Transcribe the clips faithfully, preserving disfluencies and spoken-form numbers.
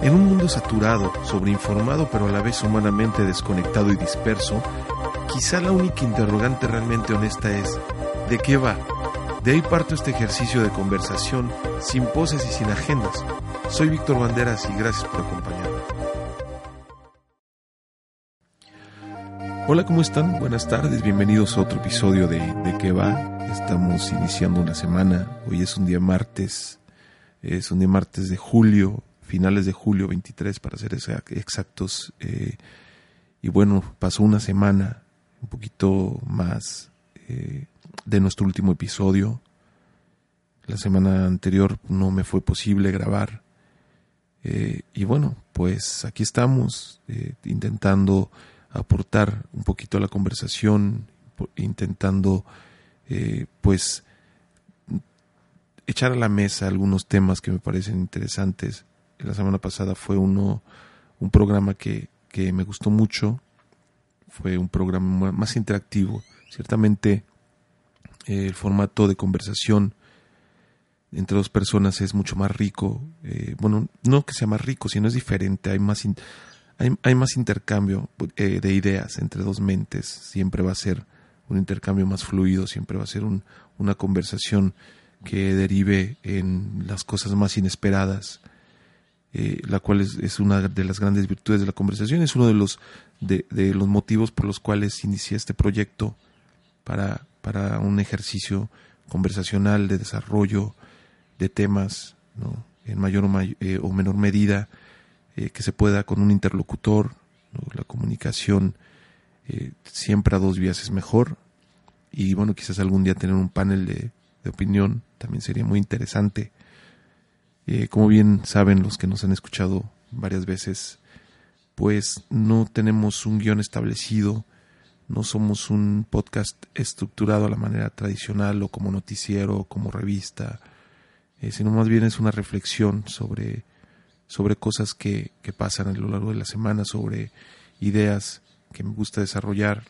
En un mundo saturado, sobreinformado, pero a la vez humanamente desconectado y disperso, quizá la única interrogante realmente honesta es ¿de qué va? De ahí parto este ejercicio de conversación, sin poses y sin agendas. Soy Víctor Banderas y gracias por acompañarme. Hola, ¿cómo están? Buenas tardes, bienvenidos a otro episodio de ¿De qué va? Estamos iniciando una semana, hoy es un día martes, es un día martes de julio, finales de julio veintitrés para ser exactos, eh, y bueno, pasó una semana, un poquito más eh, de nuestro último episodio. La semana anterior no me fue posible grabar, eh, y bueno, pues aquí estamos eh, intentando aportar un poquito a la conversación, intentando eh, pues echar a la mesa algunos temas que me parecen interesantes. La semana pasada fue uno un programa que, que me gustó mucho, fue un programa más interactivo. Ciertamente eh, el formato de conversación entre dos personas es mucho más rico, eh, bueno, no que sea más rico, sino es diferente, hay más in- Hay, hay más intercambio eh, de ideas entre dos mentes, siempre va a ser un intercambio más fluido, siempre va a ser un, una conversación que derive en las cosas más inesperadas, eh, la cual es, es una de las grandes virtudes de la conversación, es uno de los, de, de los motivos por los cuales inicié este proyecto para, para un ejercicio conversacional de desarrollo de temas, ¿no? En mayor o, may, eh, o menor medida, Eh, que se pueda con un interlocutor, ¿no? La comunicación eh, siempre a dos vías es mejor, y bueno, quizás algún día tener un panel de, de opinión también sería muy interesante. Eh, como bien saben los que nos han escuchado varias veces, pues no tenemos un guión establecido, no somos un podcast estructurado a la manera tradicional o como noticiero o como revista, eh, sino más bien es una reflexión sobre sobre cosas que, que pasan a lo largo de la semana, sobre ideas que me gusta desarrollar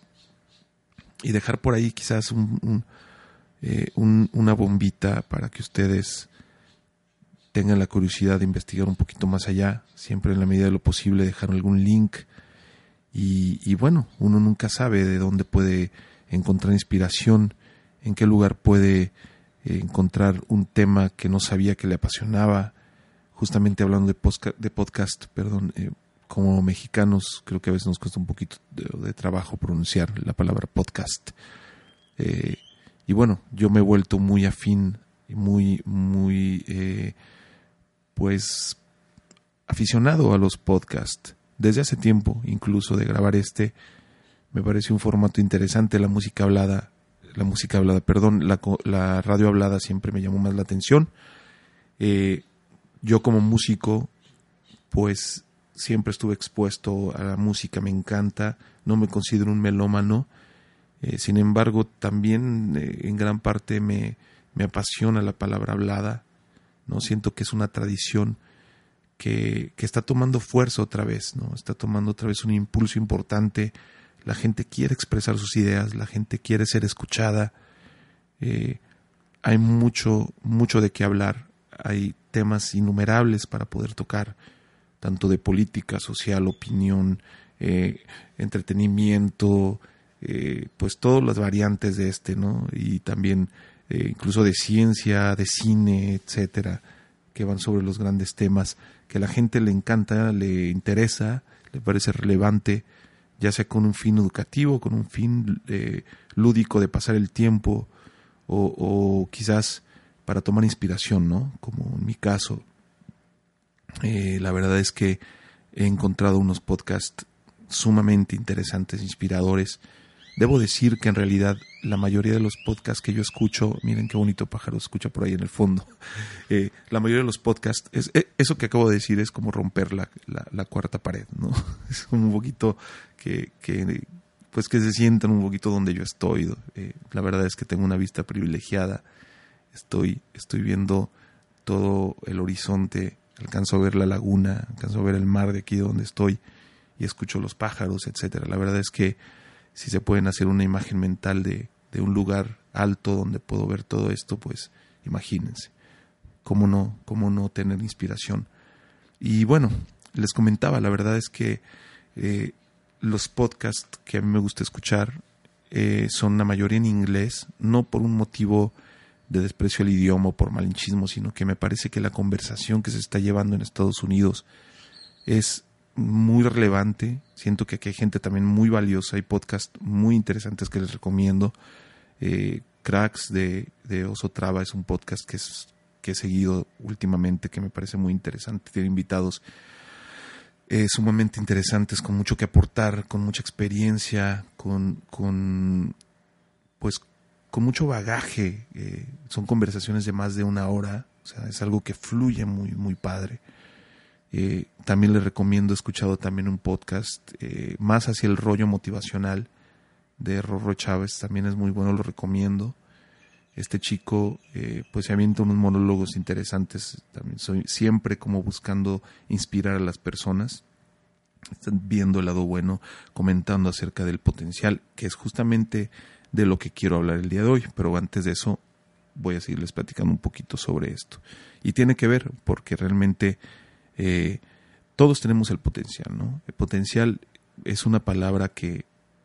y dejar por ahí quizás un, un, eh, un, una bombita para que ustedes tengan la curiosidad de investigar un poquito más allá, siempre en la medida de lo posible dejar algún link y, y bueno, uno nunca sabe de dónde puede encontrar inspiración, en qué lugar puede eh, encontrar un tema que no sabía que le apasionaba. Justamente hablando de podcast, de podcast perdón, eh, como mexicanos creo que a veces nos cuesta un poquito de, de trabajo pronunciar la palabra podcast. Eh, y bueno, yo me he vuelto muy afín y muy, muy, eh, pues, aficionado a los podcasts. Desde hace tiempo, incluso de grabar este, me parece un formato interesante. La música hablada, la música hablada, perdón, la, la radio hablada siempre me llamó más la atención. Eh, Yo como músico, pues siempre estuve expuesto a la música, me encanta, no me considero un melómano, eh, sin embargo también eh, en gran parte me, me apasiona la palabra hablada, ¿no? Siento que es una tradición que, que está tomando fuerza otra vez, ¿no? Está tomando otra vez un impulso importante, la gente quiere expresar sus ideas, la gente quiere ser escuchada, eh, hay mucho, mucho de qué hablar. Hay temas innumerables para poder tocar, tanto de política, social, opinión, eh, entretenimiento, eh, pues todas las variantes de este, ¿no? Y también eh, incluso de ciencia, de cine, etcétera, que van sobre los grandes temas que a la gente le encanta, le interesa, le parece relevante, ya sea con un fin educativo, con un fin eh, lúdico de pasar el tiempo, o, o quizás para tomar inspiración, ¿no? Como en mi caso, eh, la verdad es que he encontrado unos podcasts sumamente interesantes, inspiradores. Debo decir que en realidad la mayoría de los podcasts que yo escucho, miren qué bonito pájaro escucha por ahí en el fondo, eh, la mayoría de los podcasts, es, eh, eso que acabo de decir es como romper la, la, la cuarta pared, ¿no? Es como un poquito que, que, pues que se sientan un poquito donde yo estoy. Eh, la verdad es que tengo una vista privilegiada. Estoy, estoy viendo todo el horizonte, alcanzo a ver la laguna, alcanzo a ver el mar de aquí donde estoy y escucho los pájaros, etcétera. La verdad es que si se pueden hacer una imagen mental de, de un lugar alto donde puedo ver todo esto, pues imagínense, cómo no, cómo no tener inspiración. Y bueno, les comentaba, la verdad es que eh, los podcasts que a mí me gusta escuchar eh, son la mayoría en inglés, no por un motivo de desprecio al idioma o por malinchismo, sino que me parece que la conversación que se está llevando en Estados Unidos es muy relevante. Siento que aquí hay gente también muy valiosa, hay podcasts muy interesantes que les recomiendo. Eh, Cracks de, de Oso Traba es un podcast que, es, que he seguido últimamente, que me parece muy interesante. Tiene invitados eh, sumamente interesantes, con mucho que aportar, con mucha experiencia, con, con pues con mucho bagaje. Eh, son conversaciones de más de una hora, o sea, es algo que fluye muy, muy padre. Eh, también les recomiendo, he escuchado también un podcast eh, más hacia el rollo motivacional de Rorro Chávez, también es muy bueno, lo recomiendo. Este chico eh, pues se avienta unos monólogos interesantes, también soy siempre como buscando inspirar a las personas, están viendo el lado bueno, comentando acerca del potencial, que es justamente de lo que quiero hablar el día de hoy. Pero antes de eso voy a seguirles platicando un poquito sobre esto, y tiene que ver porque realmente eh, todos tenemos el potencial, ¿no? El potencial es una palabra que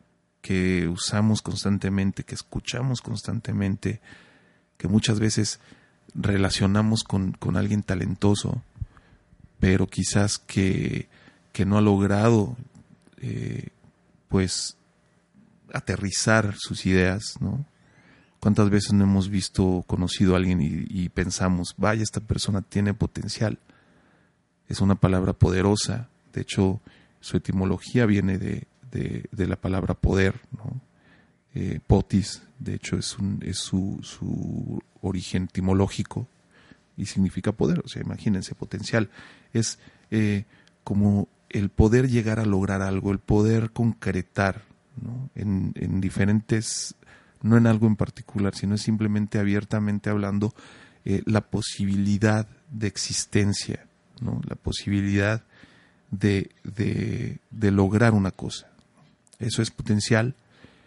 que usamos constantemente, que escuchamos constantemente, que muchas veces relacionamos con, con alguien talentoso, pero quizás que, que no ha logrado eh, pues aterrizar sus ideas, ¿no? ¿Cuántas veces no hemos visto, conocido a alguien y, y pensamos, vaya, esta persona tiene potencial? Es una palabra poderosa. De hecho, su etimología viene de De, de la palabra poder, ¿no? Eh, potis, de hecho, es, un, es su, su origen etimológico y significa poder. O sea, imagínense, potencial. Es eh, como el poder llegar a lograr algo, el poder concretar, ¿no? En, en diferentes, no en algo en particular, sino es simplemente abiertamente hablando eh, la posibilidad de existencia, ¿no? La posibilidad de, de, de lograr una cosa. Eso es potencial.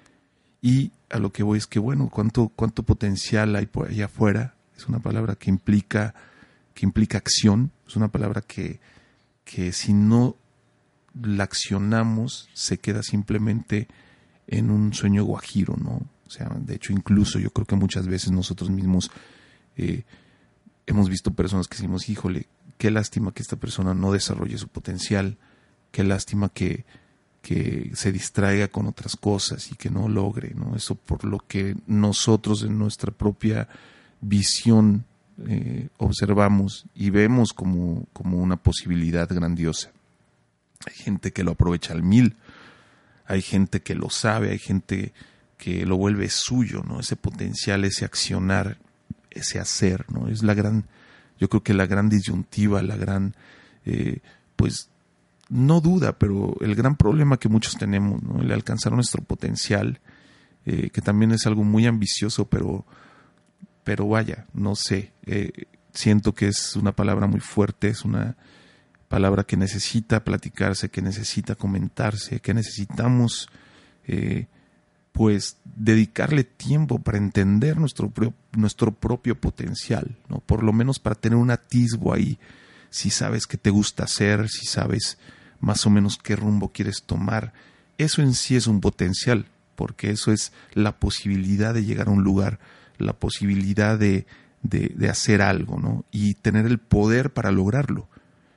Y a lo que voy es que, bueno, cuánto cuánto potencial hay por allá afuera. Es una palabra que implica que implica acción. Es una palabra que, que si no la accionamos se queda simplemente en un sueño guajiro, ¿no? O sea, de hecho, incluso yo creo que muchas veces nosotros mismos eh, hemos visto personas que decimos, híjole, qué lástima que esta persona no desarrolle su potencial, qué lástima que que se distraiga con otras cosas y que no logre, ¿no? Eso por lo que nosotros en nuestra propia visión eh, observamos y vemos como, como una posibilidad grandiosa. Hay gente que lo aprovecha al mil, hay gente que lo sabe, hay gente que lo vuelve suyo, ¿no? Ese potencial, ese accionar, ese hacer, ¿no? Es la gran, yo creo que la gran disyuntiva, la gran, eh, pues, no duda, pero el gran problema que muchos tenemos, ¿no? El alcanzar nuestro potencial, eh, que también es algo muy ambicioso, pero, pero vaya, no sé, eh, siento que es una palabra muy fuerte, es una palabra que necesita platicarse, que necesita comentarse, que necesitamos eh, pues dedicarle tiempo para entender nuestro, nuestro propio potencial, ¿no? Por lo menos para tener un atisbo ahí, si sabes qué te gusta hacer, si sabes más o menos qué rumbo quieres tomar. Eso en sí es un potencial, porque eso es la posibilidad de llegar a un lugar, la posibilidad de, de, de hacer algo, ¿no? Y tener el poder para lograrlo.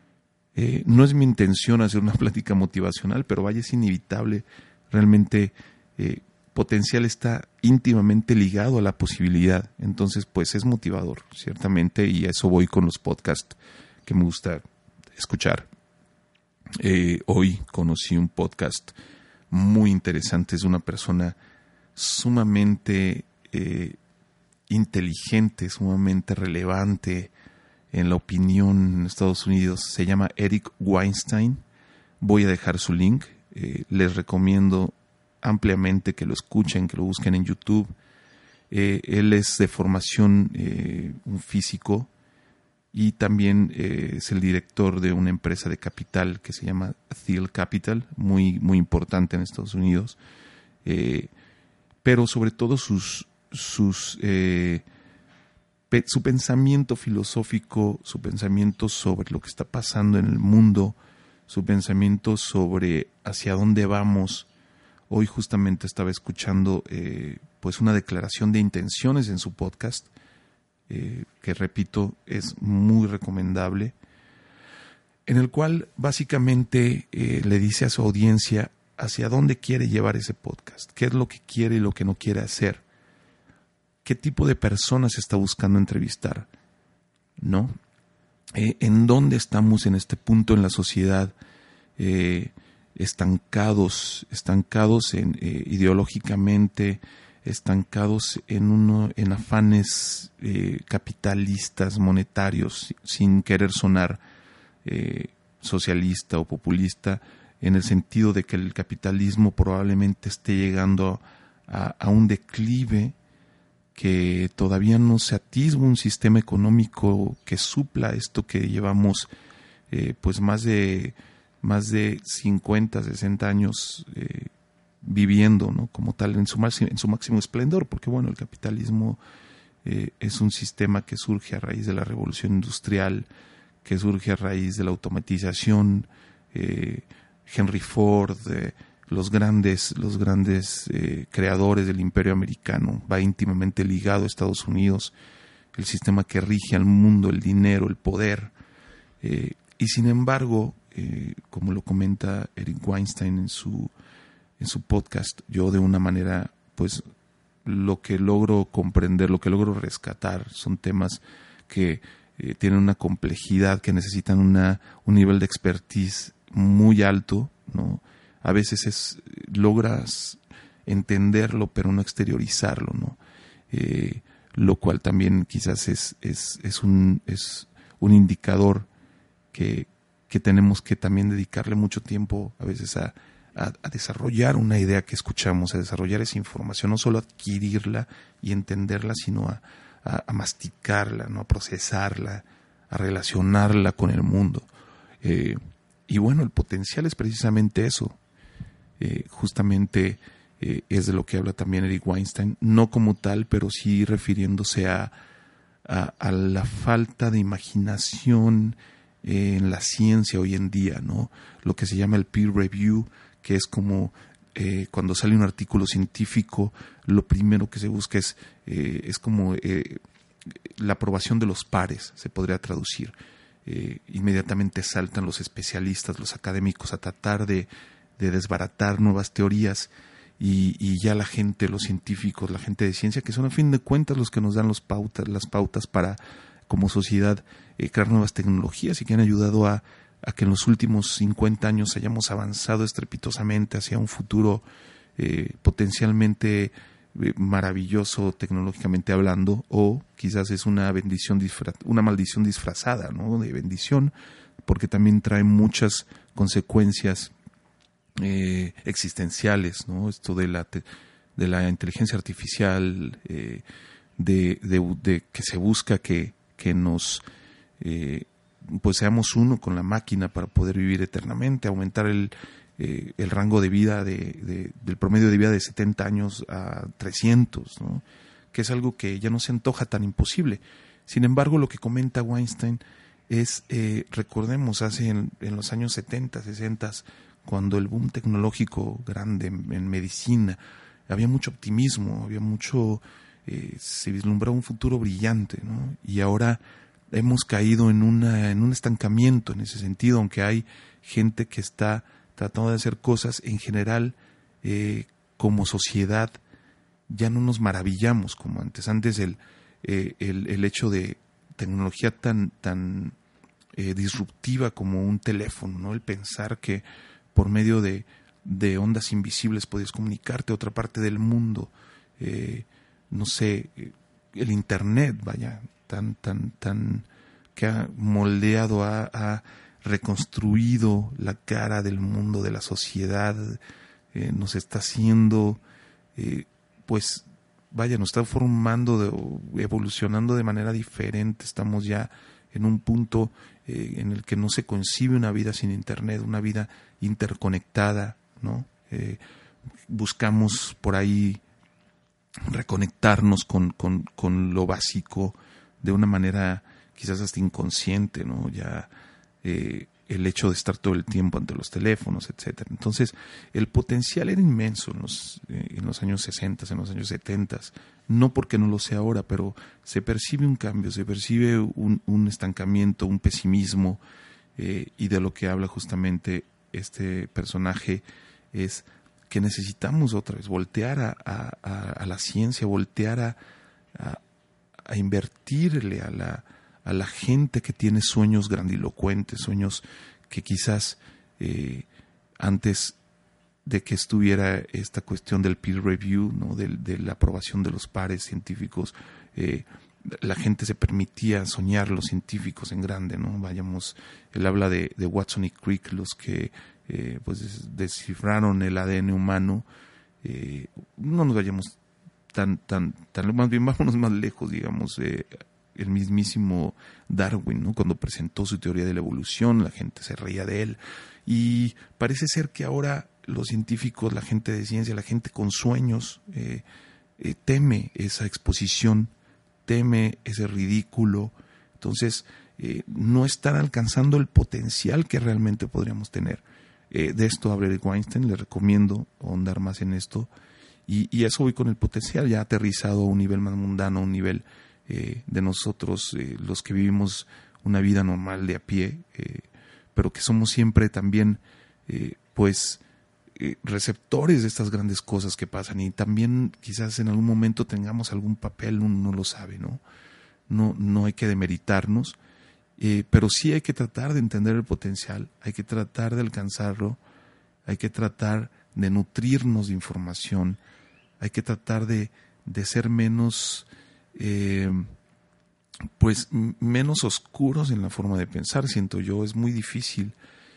Eh, no es mi intención hacer una plática motivacional, pero vaya, es inevitable. Realmente eh, potencial está íntimamente ligado a la posibilidad. Entonces, pues es motivador, ciertamente, y a eso voy con los podcasts que me gusta escuchar. Eh, hoy conocí un podcast muy interesante, es de una persona sumamente eh, inteligente, sumamente relevante en la opinión en Estados Unidos. Se llama Eric Weinstein. Voy a dejar su link. Eh, les recomiendo ampliamente que lo escuchen, que lo busquen en YouTube. Eh, él es de formación eh, un físico, y también eh, es el director de una empresa de capital que se llama Thiel Capital, muy, muy importante en Estados Unidos. Eh, pero sobre todo sus, sus, eh, pe- su pensamiento filosófico, su pensamiento sobre lo que está pasando en el mundo, su pensamiento sobre hacia dónde vamos. Hoy justamente estaba escuchando eh, pues una declaración de intenciones en su podcast, eh, que repito, es muy recomendable, en el cual básicamente eh, le dice a su audiencia hacia dónde quiere llevar ese podcast, qué es lo que quiere y lo que no quiere hacer, qué tipo de personas está buscando entrevistar, ¿no? Eh, en dónde estamos en este punto en la sociedad, eh, estancados, estancados en, eh, ideológicamente, estancados en uno, en afanes eh, capitalistas, monetarios, sin querer sonar eh, socialista o populista, en el sentido de que el capitalismo probablemente esté llegando a, a un declive, que todavía no se atisba un sistema económico que supla esto que llevamos eh, pues más de más de cincuenta, sesenta años eh, viviendo, ¿no? Como tal en su máximo, en su máximo esplendor, porque bueno, el capitalismo eh, es un sistema que surge a raíz de la revolución industrial, que surge a raíz de la automatización. eh, Henry Ford, eh, los grandes, los grandes eh, creadores del imperio americano, va íntimamente ligado a Estados Unidos, el sistema que rige al mundo, el dinero, el poder. Eh, y sin embargo, eh, como lo comenta Eric Weinstein en su, en su podcast, yo de una manera, pues, lo que logro comprender, lo que logro rescatar, son temas que eh, tienen una complejidad, que necesitan una, un nivel de expertise muy alto, ¿no? A veces es logras entenderlo pero no exteriorizarlo, ¿no? Eh, lo cual también quizás es es es un es un indicador que que tenemos que también dedicarle mucho tiempo a veces a, a, a desarrollar una idea que escuchamos, a desarrollar esa información, no solo adquirirla y entenderla, sino a, a, a masticarla, ¿no? A procesarla, a relacionarla con el mundo. Eh, y bueno, el potencial es precisamente eso. Eh, justamente eh, es de lo que habla también Eric Weinstein, no como tal, pero sí refiriéndose a, a, a la falta de imaginación eh, en la ciencia hoy en día, ¿no? Lo que se llama el peer review, que es como eh, cuando sale un artículo científico, lo primero que se busca es, eh, es como eh, la aprobación de los pares, se podría traducir. Eh, inmediatamente saltan los especialistas, los académicos a tratar de de desbaratar nuevas teorías y, y ya la gente, los científicos, la gente de ciencia, que son a fin de cuentas los que nos dan los pautas, las pautas para, como sociedad, eh, crear nuevas tecnologías y que han ayudado a, a que en los últimos cincuenta años hayamos avanzado estrepitosamente hacia un futuro eh, potencialmente eh, maravilloso tecnológicamente hablando, o quizás es una bendición, disfra- una maldición disfrazada, ¿no? De bendición, porque también trae muchas consecuencias Eh, existenciales, ¿no? Esto de la te, de la inteligencia artificial, eh, de, de, de que se busca que, que nos eh, pues seamos uno con la máquina para poder vivir eternamente, aumentar el, eh, el rango de vida de, de, del promedio de vida de setenta años a trescientos, ¿no? Que es algo que ya no se antoja tan imposible. Sin embargo, lo que comenta Weinstein es, eh, recordemos, hace en, en los años setenta, sesenta, cuando el boom tecnológico grande en, en medicina, había mucho optimismo, había mucho, eh, se vislumbraba un futuro brillante, ¿no? Y ahora hemos caído en una, en un estancamiento en ese sentido, aunque hay gente que está tratando de hacer cosas. En general, eh, como sociedad, ya no nos maravillamos como antes. Antes el, eh, el, el hecho de tecnología tan, tan eh, disruptiva como un teléfono, ¿no? El pensar que por medio de, de ondas invisibles puedes comunicarte a otra parte del mundo, eh, no sé, el internet, vaya, tan, tan, tan, que ha moldeado, ha, ha reconstruido la cara del mundo, de la sociedad, eh, nos está haciendo, eh, pues, vaya, nos está formando, de, evolucionando de manera diferente. Estamos ya en un punto eh, en el que no se concibe una vida sin internet, una vida interconectada, ¿no? Eh, buscamos por ahí reconectarnos con, con, con lo básico de una manera quizás hasta inconsciente, ¿no? Ya eh, el hecho de estar todo el tiempo ante los teléfonos, etcétera. Entonces, el potencial era inmenso en los, eh, en los años sesenta, en los años setenta, no porque no lo sea ahora, pero se percibe un cambio, se percibe un, un estancamiento, un pesimismo, eh, y de lo que habla justamente este personaje es que necesitamos otra vez voltear a, a, a, a la ciencia, voltear a, a, a invertirle a la a la gente que tiene sueños grandilocuentes, sueños que quizás eh, antes de que estuviera esta cuestión del peer review, ¿no? de, de la aprobación de los pares científicos, eh, la gente se permitía soñar, los científicos en grande, ¿no? Vayamos, él habla de, de Watson y Crick, los que eh, pues descifraron el A D N humano. Eh, no nos vayamos tan, tan, tan, más bien vámonos más lejos, digamos, eh, el mismísimo Darwin, ¿no? Cuando presentó su teoría de la evolución, la gente se reía de él, y parece ser que ahora los científicos, la gente de ciencia, la gente con sueños, eh, eh, teme esa exposición, teme ese ridículo. Entonces eh, no están alcanzando el potencial que realmente podríamos tener. Eh, de esto habla Eric Weinstein, le recomiendo ahondar más en esto, y, y eso voy con el potencial ya aterrizado a un nivel más mundano, a un nivel Eh, de nosotros, eh, los que vivimos una vida normal de a pie, eh, pero que somos siempre también eh, pues eh, receptores de estas grandes cosas que pasan, y también quizás en algún momento tengamos algún papel, uno no lo sabe, ¿no? No, no hay que demeritarnos, eh, pero sí hay que tratar de entender el potencial, hay que tratar de alcanzarlo, hay que tratar de nutrirnos de información, hay que tratar de, de ser menos... Eh, pues menos oscuros en la forma de pensar, siento yo. Es muy difícil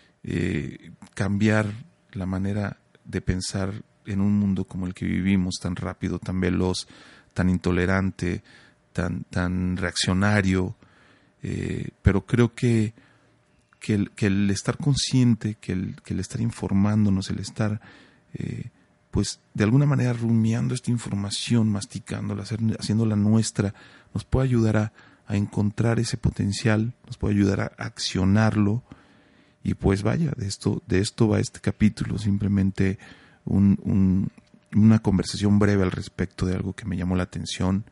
eh, cambiar la manera de pensar en un mundo como el que vivimos, tan rápido, tan veloz, tan intolerante, tan, tan reaccionario, eh, pero creo que, que, el, que el estar consciente, que el, que el estar informándonos, el estar eh, pues de alguna manera rumiando esta información, masticándola, hacer, haciéndola nuestra, nos puede ayudar a, a encontrar ese potencial, nos puede ayudar a accionarlo. Y pues vaya, de esto, de esto va este capítulo, simplemente un, un, una conversación breve al respecto de algo que me llamó la atención.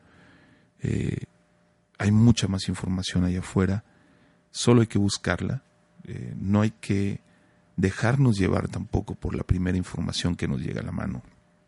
Eh, hay mucha más información allá afuera, solo hay que buscarla, eh, no hay que dejarnos llevar tampoco por la primera información que nos llega a la mano.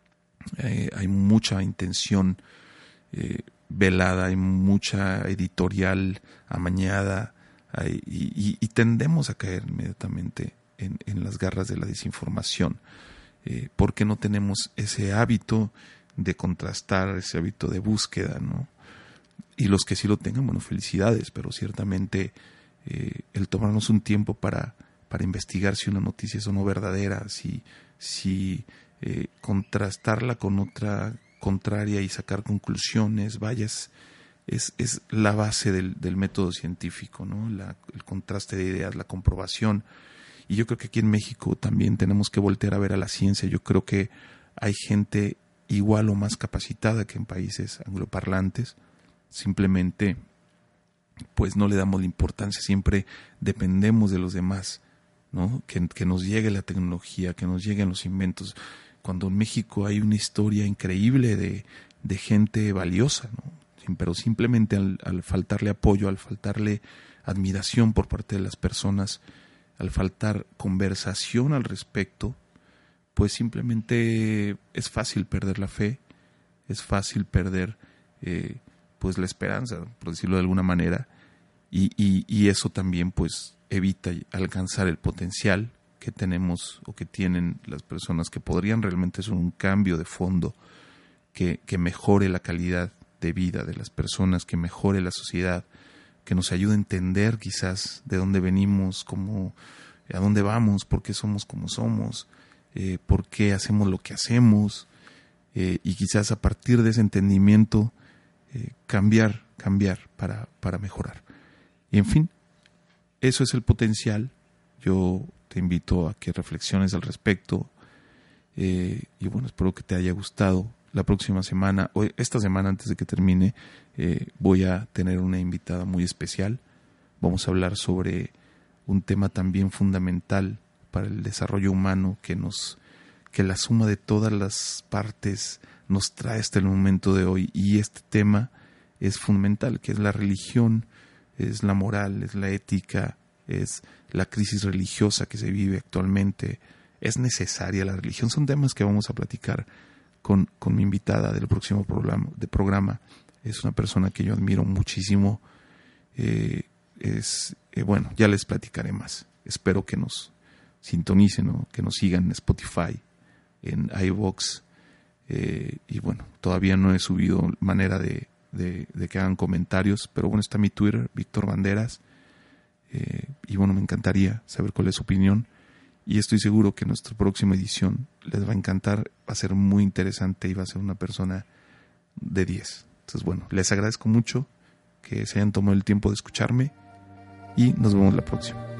Eh, hay mucha intención eh, velada, hay mucha editorial amañada, hay, y, y tendemos a caer inmediatamente en, en las garras de la desinformación, eh, porque no tenemos ese hábito de contrastar, ese hábito de búsqueda, ¿no? Y los que sí lo tengan, bueno, felicidades, pero ciertamente eh, el tomarnos un tiempo para para investigar si una noticia es o no verdadera, si, si eh, contrastarla con otra contraria y sacar conclusiones, vaya, es, es, es la base del, del método científico, ¿no? La, el contraste de ideas, la comprobación. Y yo creo que aquí en México también tenemos que voltear a ver a la ciencia. Yo creo que hay gente igual o más capacitada que en países angloparlantes, simplemente pues no le damos la importancia, siempre dependemos de los demás, ¿no? Que, que nos llegue la tecnología, que nos lleguen los inventos, cuando en México hay una historia increíble de, de gente valiosa, ¿no? Pero simplemente al, al faltarle apoyo, al faltarle admiración por parte de las personas, al faltar conversación al respecto, pues simplemente es fácil perder la fe, es fácil perder eh, pues la esperanza, por decirlo de alguna manera, y, y, y eso también pues evita alcanzar el potencial que tenemos o que tienen las personas que podrían realmente hacer un cambio de fondo que, que mejore la calidad de vida de las personas, que mejore la sociedad, que nos ayude a entender quizás de dónde venimos, cómo, a dónde vamos, por qué somos como somos, eh, por qué hacemos lo que hacemos, eh, y quizás a partir de ese entendimiento eh, cambiar, cambiar para, para mejorar. Y en fin, eso es el potencial. Yo te invito a que reflexiones al respecto, eh, y bueno, espero que te haya gustado. La próxima semana, o esta semana antes de que termine, eh, voy a tener una invitada muy especial. Vamos a hablar sobre un tema también fundamental para el desarrollo humano, que nos que la suma de todas las partes nos trae hasta el momento de hoy. Y este tema es fundamental, que es la religión, es la moral, es la ética, es la crisis religiosa que se vive actualmente. Es necesaria la religión. Son temas que vamos a platicar con, con mi invitada del próximo programa, de programa. Es una persona que yo admiro muchísimo. Eh, es eh, bueno, ya les platicaré más. Espero que nos sintonicen, ¿no? Que nos sigan en Spotify, en iVoox, eh, y bueno, todavía no he subido manera de, de, de que hagan comentarios, pero bueno, está mi Twitter, Víctor Banderas, eh, y bueno, me encantaría saber cuál es su opinión, y estoy seguro que nuestra próxima edición les va a encantar, va a ser muy interesante y va a ser una persona de diez. Entonces bueno, les agradezco mucho que se hayan tomado el tiempo de escucharme y nos vemos la próxima.